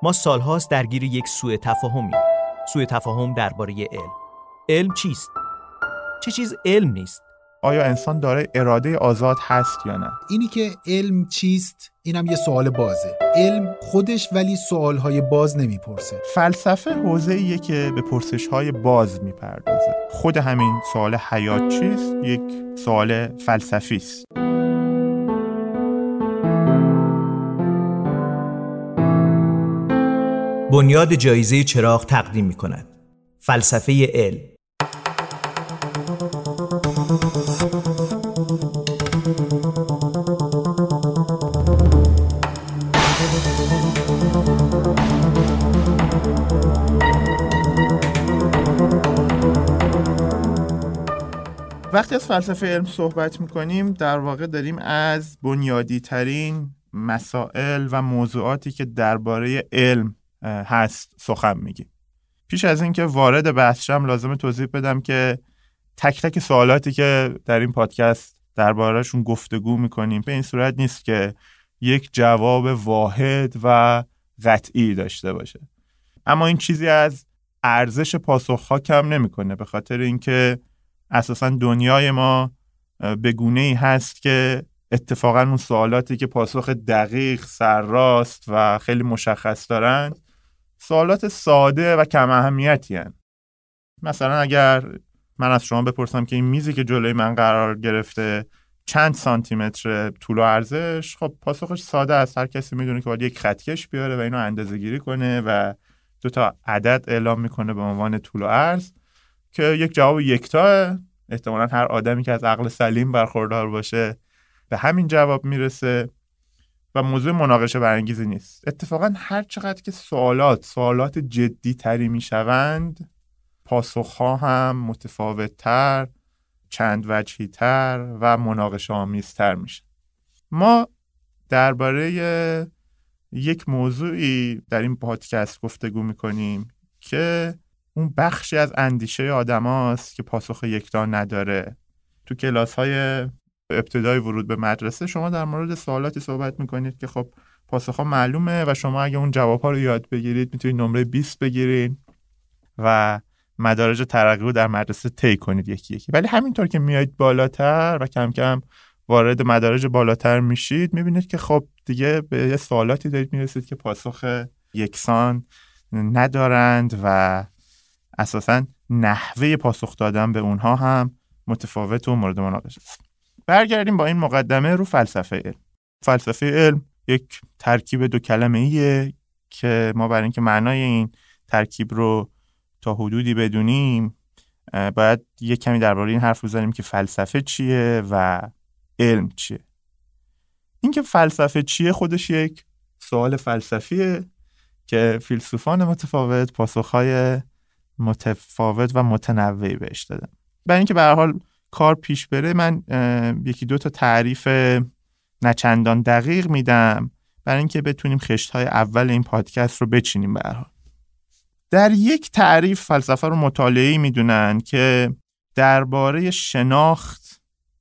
ما سالهاست درگیر یک سوء تفاهمیم. سوء تفاهم درباره علم. علم چیست؟ چه چیز علم نیست؟ آیا انسان داره اراده آزاد هست یا نه؟ اینی که علم چیست، اینم یه سوال بازه. علم خودش ولی سوالهای باز نمیپرسه. فلسفه حوزه‌ایه که به پرسش‌های باز میپردازه. خود همین سوال حیات چیست یک سوال فلسفی است. بنیاد جایزه چراغ تقدیم می‌کند. فلسفه علم. وقتی از فلسفه علم صحبت میکنیم در واقع داریم از بنیادی ترین مسائل و موضوعاتی که درباره علم هست سخن میگیم. پیش از این که وارد بحث شم لازمه توضیح بدم که تک تک سوالاتی که در این پادکست درباره‌شون گفتگو میکنیم به این صورت نیست که یک جواب واحد و قطعی داشته باشه، اما این چیزی از ارزش پاسخ‌ها کم نمیکنه، به خاطر اینکه اساساً دنیای ما به گونه‌ای هست که اتفاقاً اون سوالاتی که پاسخ دقیق، سرراست و خیلی مشخص دارن سوالات ساده و کم اهمیتی هستند. مثلا اگر من از شما بپرسم که این میزی که جلوی من قرار گرفته چند سانتی متر طول و عرضش، خب پاسخش ساده است. هر کسی میدونه که باید یک خطکش بیاره و اینو اندازه‌گیری کنه و 2 عدد اعلام میکنه به عنوان طول و عرض که یک جواب یکتاه. احتمالاً هر آدمی که از عقل سلیم برخوردار باشه به همین جواب میرسه و موضوع مناقشه برانگیزی نیست. اتفاقاً هر چقدر که سوالات جدی تری میشوند، پاسخها هم متفاوت‌تر، چند وجهی تر و مناقشه آمیزتر میشه. ما درباره یک موضوعی در این پادکست گفتگو میکنیم که اون بخشی از اندیشه آدماست که پاسخ یکتا نداره. تو کلاس‌های ابتدای ورود به مدرسه شما در مورد سوالاتی صحبت میکنید که خب پاسخ‌ها معلومه و شما اگه اون جواب‌ها رو یاد بگیرید میتونید نمره 20 بگیرید و مدارج ترقی رو در مدرسه طی کنید یکی یکی. ولی همینطور که میایید بالاتر و کم کم وارد مدارج بالاتر میشید میبینید که خب دیگه به یه سوالاتی دارید میرسید که پاسخ یکسان ندارند و اساساً نحوه پاسخ دادن به اونها هم متفاوت و مورد مناقشه است. برگردیم با این مقدمه رو فلسفه علم. فلسفه علم یک ترکیب 2 کلمه‌ایه که ما برای اینکه معنای این ترکیب رو تا حدودی بدونیم باید یک کمی درباره این حرف بزنیم که فلسفه چیه و علم چیه. این که فلسفه چیه خودش یک سوال فلسفیه که فیلسوفان متفاوت پاسخهای متفاوت و متنوعی بهش دادن. برای اینکه به هر حال کار پیش بره من 1-2 تعریف نچندان دقیق میدم برای اینکه بتونیم خشت‌های اول این پادکست رو بچینیم. به هر حال در یک تعریف فلسفه رو مطالعه‌ای میدونن که درباره شناخت،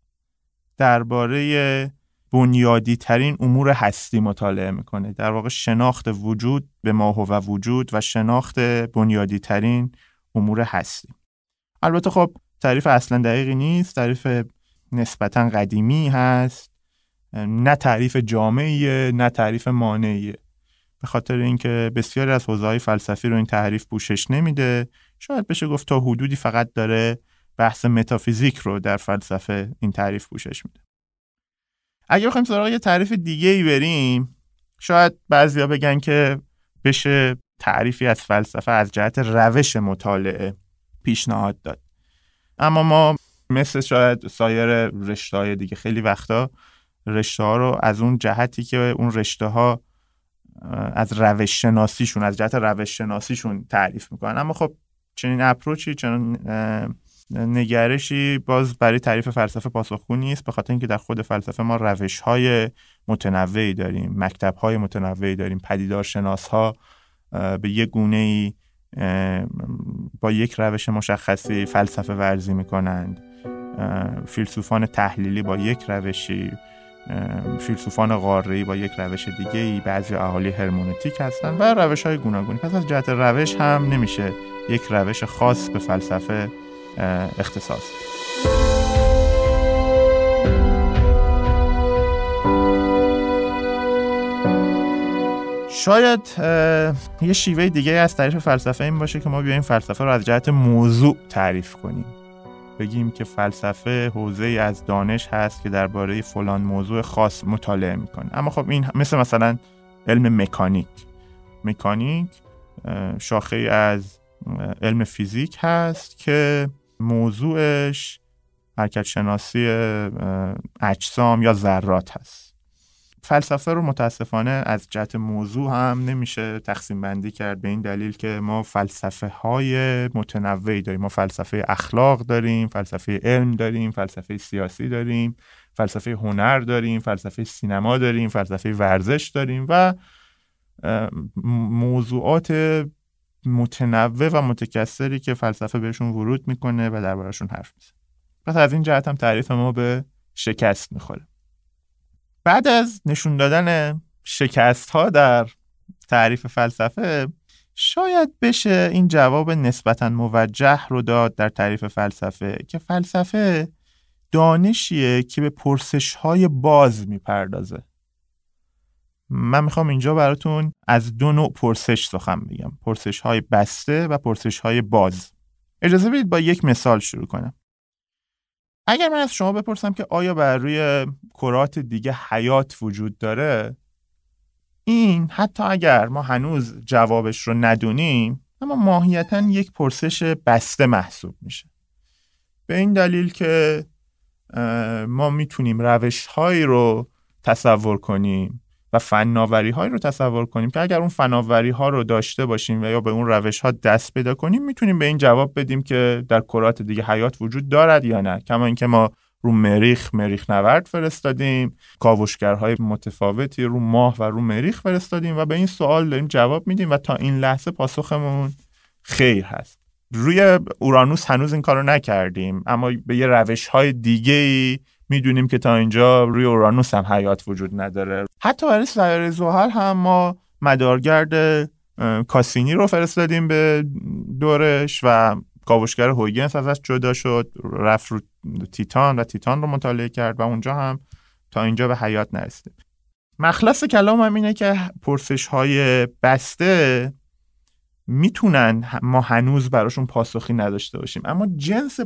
درباره بنیادی ترین امور هستی مطالعه میکنه. در واقع شناخت وجود به ما هو وجود و شناخت بنیادی ترین امور هستی. البته خب تعریف اصلا دقیقی نیست، تعریف نسبتاً قدیمی هست، نه تعریف جامعیه نه تعریف مانعیه، به خاطر اینکه بسیاری از حوزه‌های فلسفی رو این تعریف پوشش نمیده. شاید بشه گفت تا حدودی فقط داره بحث متافیزیک رو در فلسفه این تعریف پوشش میده. اگه بخوایم سراغ یه تعریف دیگه‌ای بریم، شاید بعضیا بگن که بشه تعریفی از فلسفه از جهت روش مطالعه پیشنهاد داد. اما ما مثل شاید سایر رشته‌های دیگه خیلی وقتا رشته‌ها رو از اون جهتی که اون رشته‌ها از روش شناسیشون، از جهت روش شناسیشون تعریف میکنن. اما خب چنین اپروچی، چنین نگرشی باز برای تعریف فلسفه پاسخگو نیست، به خاطر اینکه در خود فلسفه ما روش‌های متنوعی داریم، مکتب‌های متنوعی داریم، پدیدارشناس‌ها به یک گونه‌ای با یک روش مشخصی فلسفه ورزی میکنند، فیلسوفان تحلیلی با یک روشی فیلسوفان قاره‌ای با یک روش دیگه‌ای، بعضی اهالی هرمنوتیک هستن و روش‌های گوناگونی. پس از جهت روش هم نمیشه یک روش خاص به فلسفه اختصاص. شاید یه شیوه دیگه از تعریف فلسفه این باشه که ما بیایم فلسفه رو از جهت موضوع تعریف کنیم. بگیم که فلسفه حوزه‌ای از دانش هست که درباره فلان موضوع خاص مطالعه میکنه. اما خب این مثلا علم مکانیک شاخه‌ای از علم فیزیک هست که موضوعش حرکت شناسی اجسام یا ذرات هست. فلسفه رو متاسفانه از جهت موضوع هم نمیشه تقسیم بندی کرد، به این دلیل که ما فلسفه های متنوعی داریم. ما فلسفه اخلاق داریم، فلسفه علم داریم، فلسفه سیاسی داریم، فلسفه هنر داریم، فلسفه سینما داریم، فلسفه ورزش داریم و موضوعات متنوع و متکثری که فلسفه بهشون ورود میکنه و دربارشون حرف میزنه. پس از این جهت هم تعریف ما به شکست میخوره. بعد از نشون دادن شکست ها در تعریف فلسفه، شاید بشه این جواب نسبتاً موجه رو داد در تعریف فلسفه که فلسفه دانشیه که به پرسش های باز میپردازه. من میخوام اینجا براتون از دو نوع پرسش سخن بگم، پرسش های بسته و پرسش های باز. اجازه بدید با یک مثال شروع کنم. اگر من از شما بپرسم که آیا بر روی کرات دیگه حیات وجود داره، این حتی اگر ما هنوز جوابش رو ندونیم، اما ماهیتاً یک پرسش بسته محسوب میشه. به این دلیل که ما میتونیم روش‌هایی رو تصور کنیم و فناوری‌هایی رو تصور کنیم که اگر اون فناوری‌ها رو داشته باشیم و یا به اون روش‌ها دست پیدا کنیم، میتونیم به این جواب بدیم که در کرات دیگه حیات وجود دارد یا نه. کما اینکه ما رو مریخ نورد فرستادیم، کاوشگرهای متفاوتی رو ماه و رو مریخ فرستادیم و به این سوال داریم جواب میدیم و تا این لحظه پاسخمون خیر هست. روی اورانوس هنوز این کارو نکردیم، اما به یه روش‌های دیگه‌ای میدونیم که تا اینجا روی اورانوس هم حیات وجود نداره. حتی برای سیاره زحل هم ما مدارگرد کاسینی رو فرستادیم به دورش و کاوشگر هویگنس ازش جدا شد، رفت رو تیتان و تیتان رو مطالعه کرد و اونجا هم تا اینجا به حیات نرسیدیم. مخلص کلام هم اینه که پرسش‌های بسته میتونن ما هنوز براشون پاسخی نداشته باشیم، اما جنس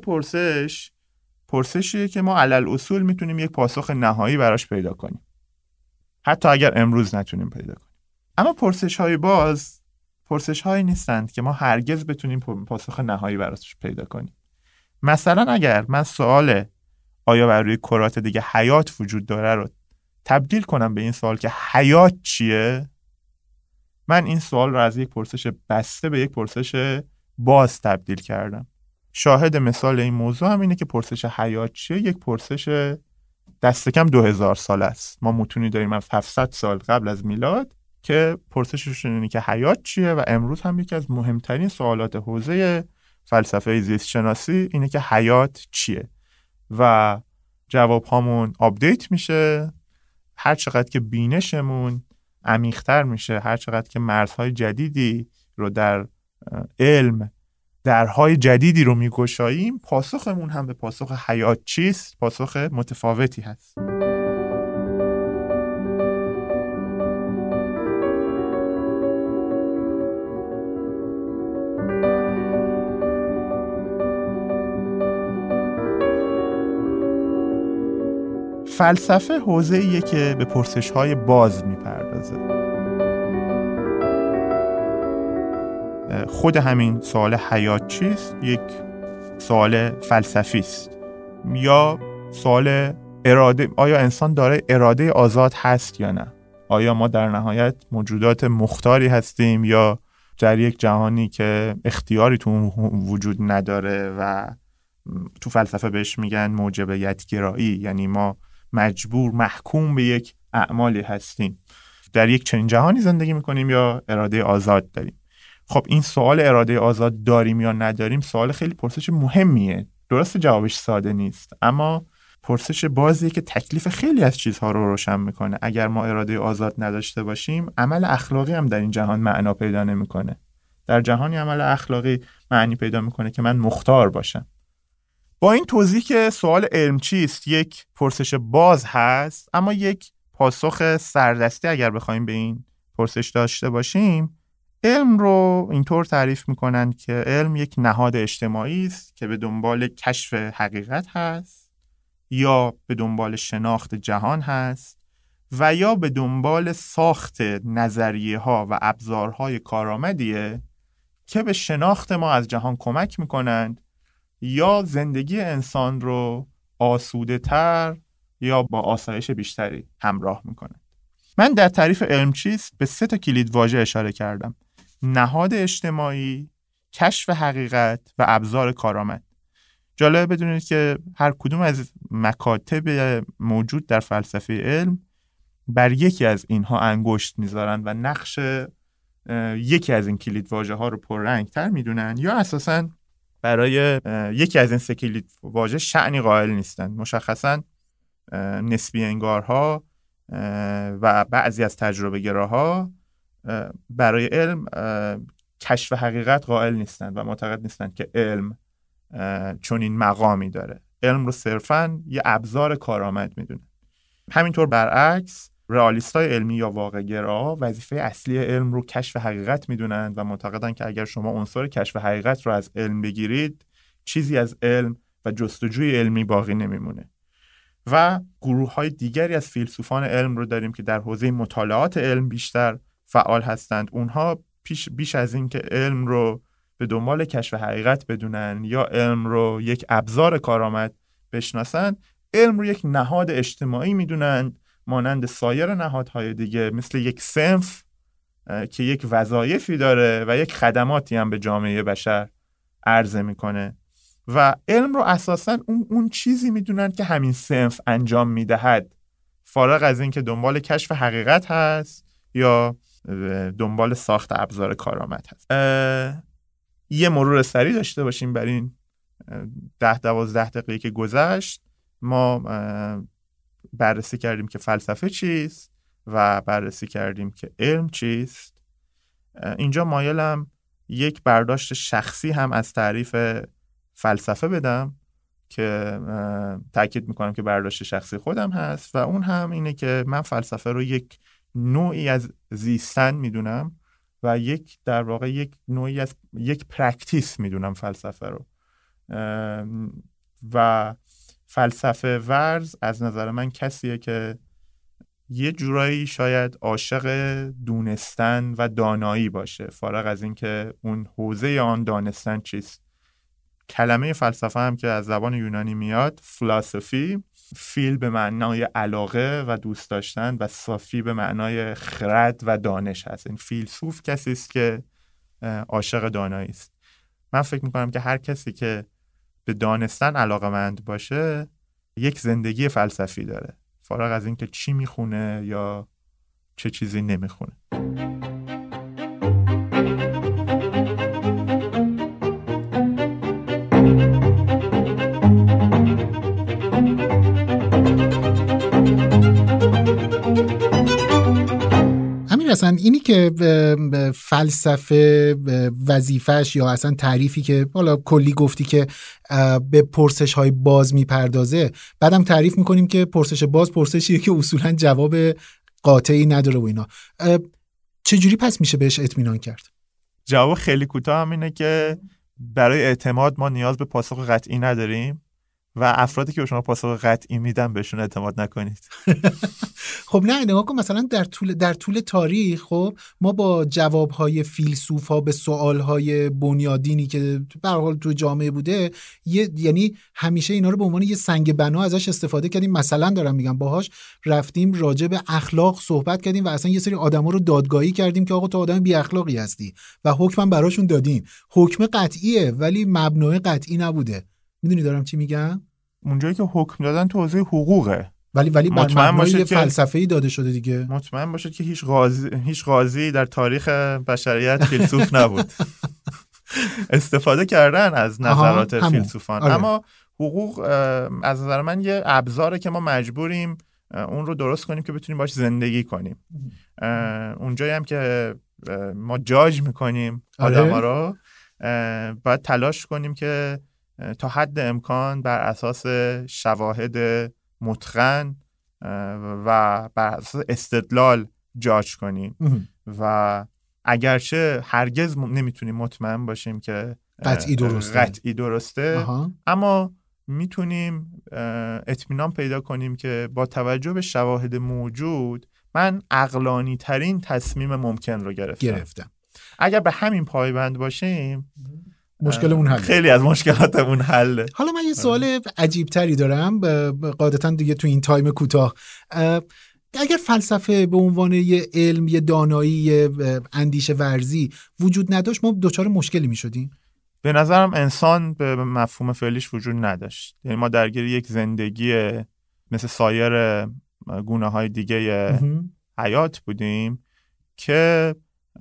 پرسشیه که ما علل اصول میتونیم یک پاسخ نهایی براش پیدا کنیم، حتی اگر امروز نتونیم پیدا کنیم. اما پرسش‌های باز پرسش‌هایی نیستند که ما هرگز بتونیم پاسخ نهایی براش پیدا کنیم. مثلا اگر من سوال آیا بر روی کرات دیگه حیات وجود داره رو تبدیل کنم به این سوال که حیات چیه، من این سوال رو از یک پرسش بسته به یک پرسش باز تبدیل کردم. شاهد مثال این موضوع هم اینه که پرسش حیات چیه یک پرسش دست کم 2000 سال است. ما متونی داریم از 700 سال قبل از میلاد که پرسششون اینه که حیات چیه و امروز هم یکی از مهمترین سوالات حوزه فلسفه زیست شناسی اینه که حیات چیه و جواب هامون آپدیت میشه. هر چقدر که بینشمون عمیق‌تر میشه، هر چقدر که مرزهای جدیدی رو در علم، درهای جدیدی رو میگشاییم، پاسخمون هم به پاسخ حیات چیست پاسخ متفاوتی هست. فلسفه حوزه‌ایه که به پرسش‌های باز میپردازه. خود همین سوال حیات چیست یک سوال فلسفی است، یا سوال اراده، آیا انسان داره اراده آزاد هست یا نه؟ آیا ما در نهایت موجودات مختاری هستیم یا در یک جهانی که اختیاری تو وجود نداره و تو فلسفه بهش میگن موجبیت گرایی، یعنی ما مجبور محکوم به یک اعمالی هستیم، در یک چنین جهانی زندگی میکنیم یا اراده آزاد داریم؟ خب این سوال اراده آزاد داریم یا نداریم سوال خیلی پرسش مهمیه. درست جوابش ساده نیست، اما پرسش بازیه که تکلیف خیلی از چیزها رو روشن میکنه. اگر ما اراده آزاد نداشته باشیم، عمل اخلاقی هم در این جهان معنا پیدا نمیکنه. در جهانی عمل اخلاقی معنی پیدا میکنه که من مختار باشم. با این توضیح که سوال علم چیست یک پرسش باز هست، اما یک پاسخ سردستی اگر بخوایم به این پرسش داشته باشیم، علم رو اینطور تعریف میکنن که علم یک نهاد اجتماعی است که به دنبال کشف حقیقت هست، یا به دنبال شناخت جهان هست، و یا به دنبال ساخت نظریه ها و ابزارهای کارآمدیه که به شناخت ما از جهان کمک میکنند یا زندگی انسان رو آسوده تر یا با آسایش بیشتری همراه میکنند. من در تعریف علم چیست به 3 کلید واژه اشاره کردم: نهاد اجتماعی، کشف حقیقت و ابزار کارآمد. جالب بدونید که هر کدوم از مکاتب موجود در فلسفه علم بر یکی از اینها انگشت میذارن و نقش یکی از این کلید واژه ها رو پررنگ تر میدونن، یا اساساً برای یکی از این 3 کلید واژه شأنی قائل نیستن. مشخصاً نسبی انگارها و بعضی از تجربه گراها برای علم کشف حقیقت قائل نیستن و معتقد نیستن که علم چون این مقامی داره. علم رو صرفاً یه ابزار کارآمد میدونن. همینطور برعکس رئالیستای علمی یا واقع گرا وظیفه اصلی علم رو کشف حقیقت میدونن و معتقدن که اگر شما عنصر کشف حقیقت رو از علم بگیرید، چیزی از علم و جستجوی علمی باقی نمیمونه. و گروه‌های دیگری از فیلسوفان علم رو داریم که در حوزه مطالعات علم بیشتر فعال هستند. اونها بیش از این که علم رو به دنبال کشف حقیقت بدونن یا علم رو یک ابزار کارآمد بشناسن، علم رو یک نهاد اجتماعی میدونن مانند سایر نهادهای دیگه، مثل یک صنف که یک وظایفی داره و یک خدماتی هم به جامعه بشر عرضه میکنه. و علم رو اساساً اون چیزی میدونن که همین صنف انجام میدهد، فارغ از این که دنبال کشف حقیقت هست یا دنبال ساخت ابزار کارآمد هست. یه مرور سریع داشته باشیم بر این 10-12 دقیقه که گذشت. ما بررسی کردیم که فلسفه چیست و بررسی کردیم که علم چیست. اینجا مایلم یک برداشت شخصی هم از تعریف فلسفه بدم که تأکید میکنم که برداشت شخصی خودم هست، و اون هم اینه که من فلسفه رو یک نوعی از زیستن میدونم و در واقع یک نوعی از یک پرکتیس میدونم فلسفه رو. و فلسفه ورز از نظر من کسیه که یه جورایی شاید عاشق دونستن و دانایی باشه، فارغ از این که اون حوزه آن دانستن چیست. کلمه فلسفه هم که از زبان یونانی میاد، فلسفی، فیل به معنای علاقه و دوست داشتن و صافی به معنای خرد و دانش هست. این فیلسوف کسی است که عاشق دانایی است. من فکر میکنم که هر کسی که به دانستن علاقه‌مند باشه یک زندگی فلسفی داره، فارغ از این که چی میخونه یا چه چیزی نمیخونه. اصلا اینی که فلسفه وظیفش یا اصلا تعریفی که حالا کلی گفتی که به پرسش های باز میپردازه، بعدم تعریف میکنیم که پرسش باز پرسشیه که اصولا جواب قاطعی نداره و اینا، چجوری پس میشه بهش اطمینان کرد؟ جواب خیلی کوتاه هم اینه که برای اعتماد ما نیاز به پاسخ قطعی نداریم و افرادی که به شما پاسخ قطعی میدن بهشون اعتماد نکنید. خب نه، نگاه کن مثلا در طول تاریخ خب ما با جوابهای فیلسوفا به سوالهای بنیادینی که به هر حال تو جامعه بوده یعنی همیشه اینا رو به عنوان یه سنگ بنا ازش استفاده کردیم. مثلا دارم میگم باهاش رفتیم راجع به اخلاق صحبت کردیم و اصلا یه سری آدما رو دادگاهی کردیم که آقا تو آدم بی اخلاقی هستی و حکمم براشون دادیم. حکم قطعیه ولی مبنای قطعی نبوده. میدونی دارم چی میگم؟ اونجایی که حکم دادن تو حوزه حقوقه، ولی بر مبنای فلسفه‌ای داده شده دیگه. مطمئن باشید که هیچ قاضی در تاریخ بشریت فیلسوف نبود. استفاده کردن از نظرات فیلسوفان. آره. اما حقوق از نظر من یه ابزاره که ما مجبوریم اون رو درست کنیم که بتونیم باش زندگی کنیم. اونجایی هم که ما جاج میکنیم آدما رو، باید تلاش کنیم که تا حد امکان بر اساس شواهد متقن و بر اساس استدلال جاج کنیم و اگرچه هرگز نمیتونیم مطمئن باشیم که قطعی درسته اما میتونیم اطمینان پیدا کنیم که با توجه به شواهد موجود من عقلانی ترین تصمیم ممکن رو گرفتم. اگر به همین پایبند باشیم مشکلمون حل، خیلی از مشکلاتمون حله. حالا من یه سوال عجیب تری دارم، قاعدتا دیگه تو این تایم کوتاه، اگر فلسفه به عنوان یه علم، یه دانایی، یه اندیشه ورزی وجود نداشت، ما دچار مشکلی میشدیم؟ به نظرم انسان به مفهوم فعلیش وجود نداشت. یعنی ما درگیر یک زندگی مثل سایر گونه‌های دیگه حیات بودیم که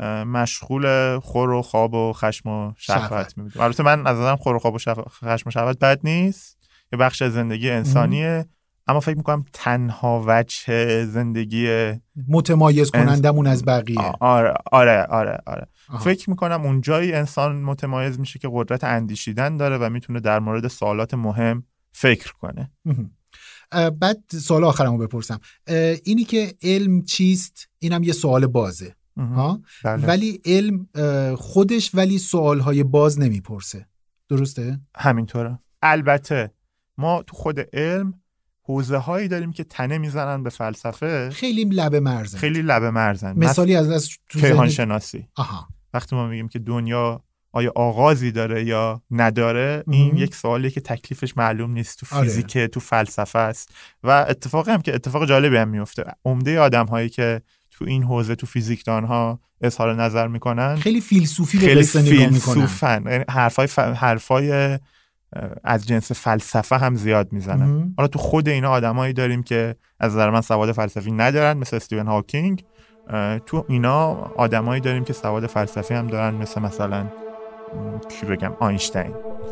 مشغول خور و خواب و خشم و شهوت می‌بودیم. البته من از نظرم خور و خواب و خشم و شهوت بد نیست، یه بخش از زندگی انسانیه، اما فکر می‌کنم تنها وجه زندگی متمایز کنندمون از بقیه. آره. فکر می‌کنم اونجایی انسان متمایز میشه که قدرت اندیشیدن داره و میتونه در مورد سوالات مهم فکر کنه. بعد سوال آخرمو بپرسم، اینی که علم چیست، اینم یه سوال بازه ها، بله. ولی علم خودش ولی سوالهای باز نمیپرسه، درسته؟ همینطوره. البته ما تو خود علم حوزه هایی داریم که تنه میزنن به فلسفه، خیلی لب مرزن. مثالی از کیهان شناسی. وقتی ما میگیم که دنیا آیا آغازی داره یا نداره، این یک سوالیه که تکلیفش معلوم نیست، تو فیزیک، تو فلسفه است. و اتفاقی هم که اتفاق جالبی هم میفته، عمده آدم هایی که تو این حوزه، تو فیزیکدان‌ها اظهار نظر میکنن، خیلی فیلسوفی به قصه نگاه میکنن، حرفای از جنس فلسفه هم زیاد میزنن. حالا تو خود اینا آدمایی داریم که از نظر من سواد فلسفی ندارن، مثل استیون هاکینگ. تو اینا آدمایی داریم که سواد فلسفی هم دارن، مثلا کی بگم، آینشتین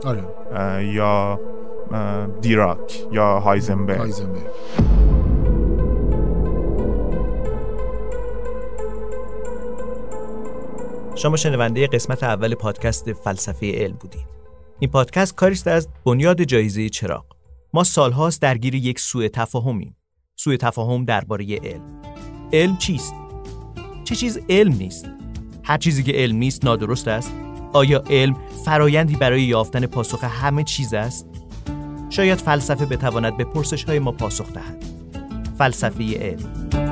یا دیراک یا هایزنبرگ. شما شنونده قسمت اول پادکست فلسفه علم بودید. این پادکست کاریست از بنیاد جایزه چراغ. ما سالهاست درگیر یک سوء تفاهم درباره علم. علم چیست؟ چه چیز علم نیست؟ هر چیزی که علم نیست نادرست است؟ آیا علم فرایندی برای یافتن پاسخ همه چیز است؟ شاید فلسفه بتواند به پرسش‌های ما پاسخ دهد. فلسفه علم.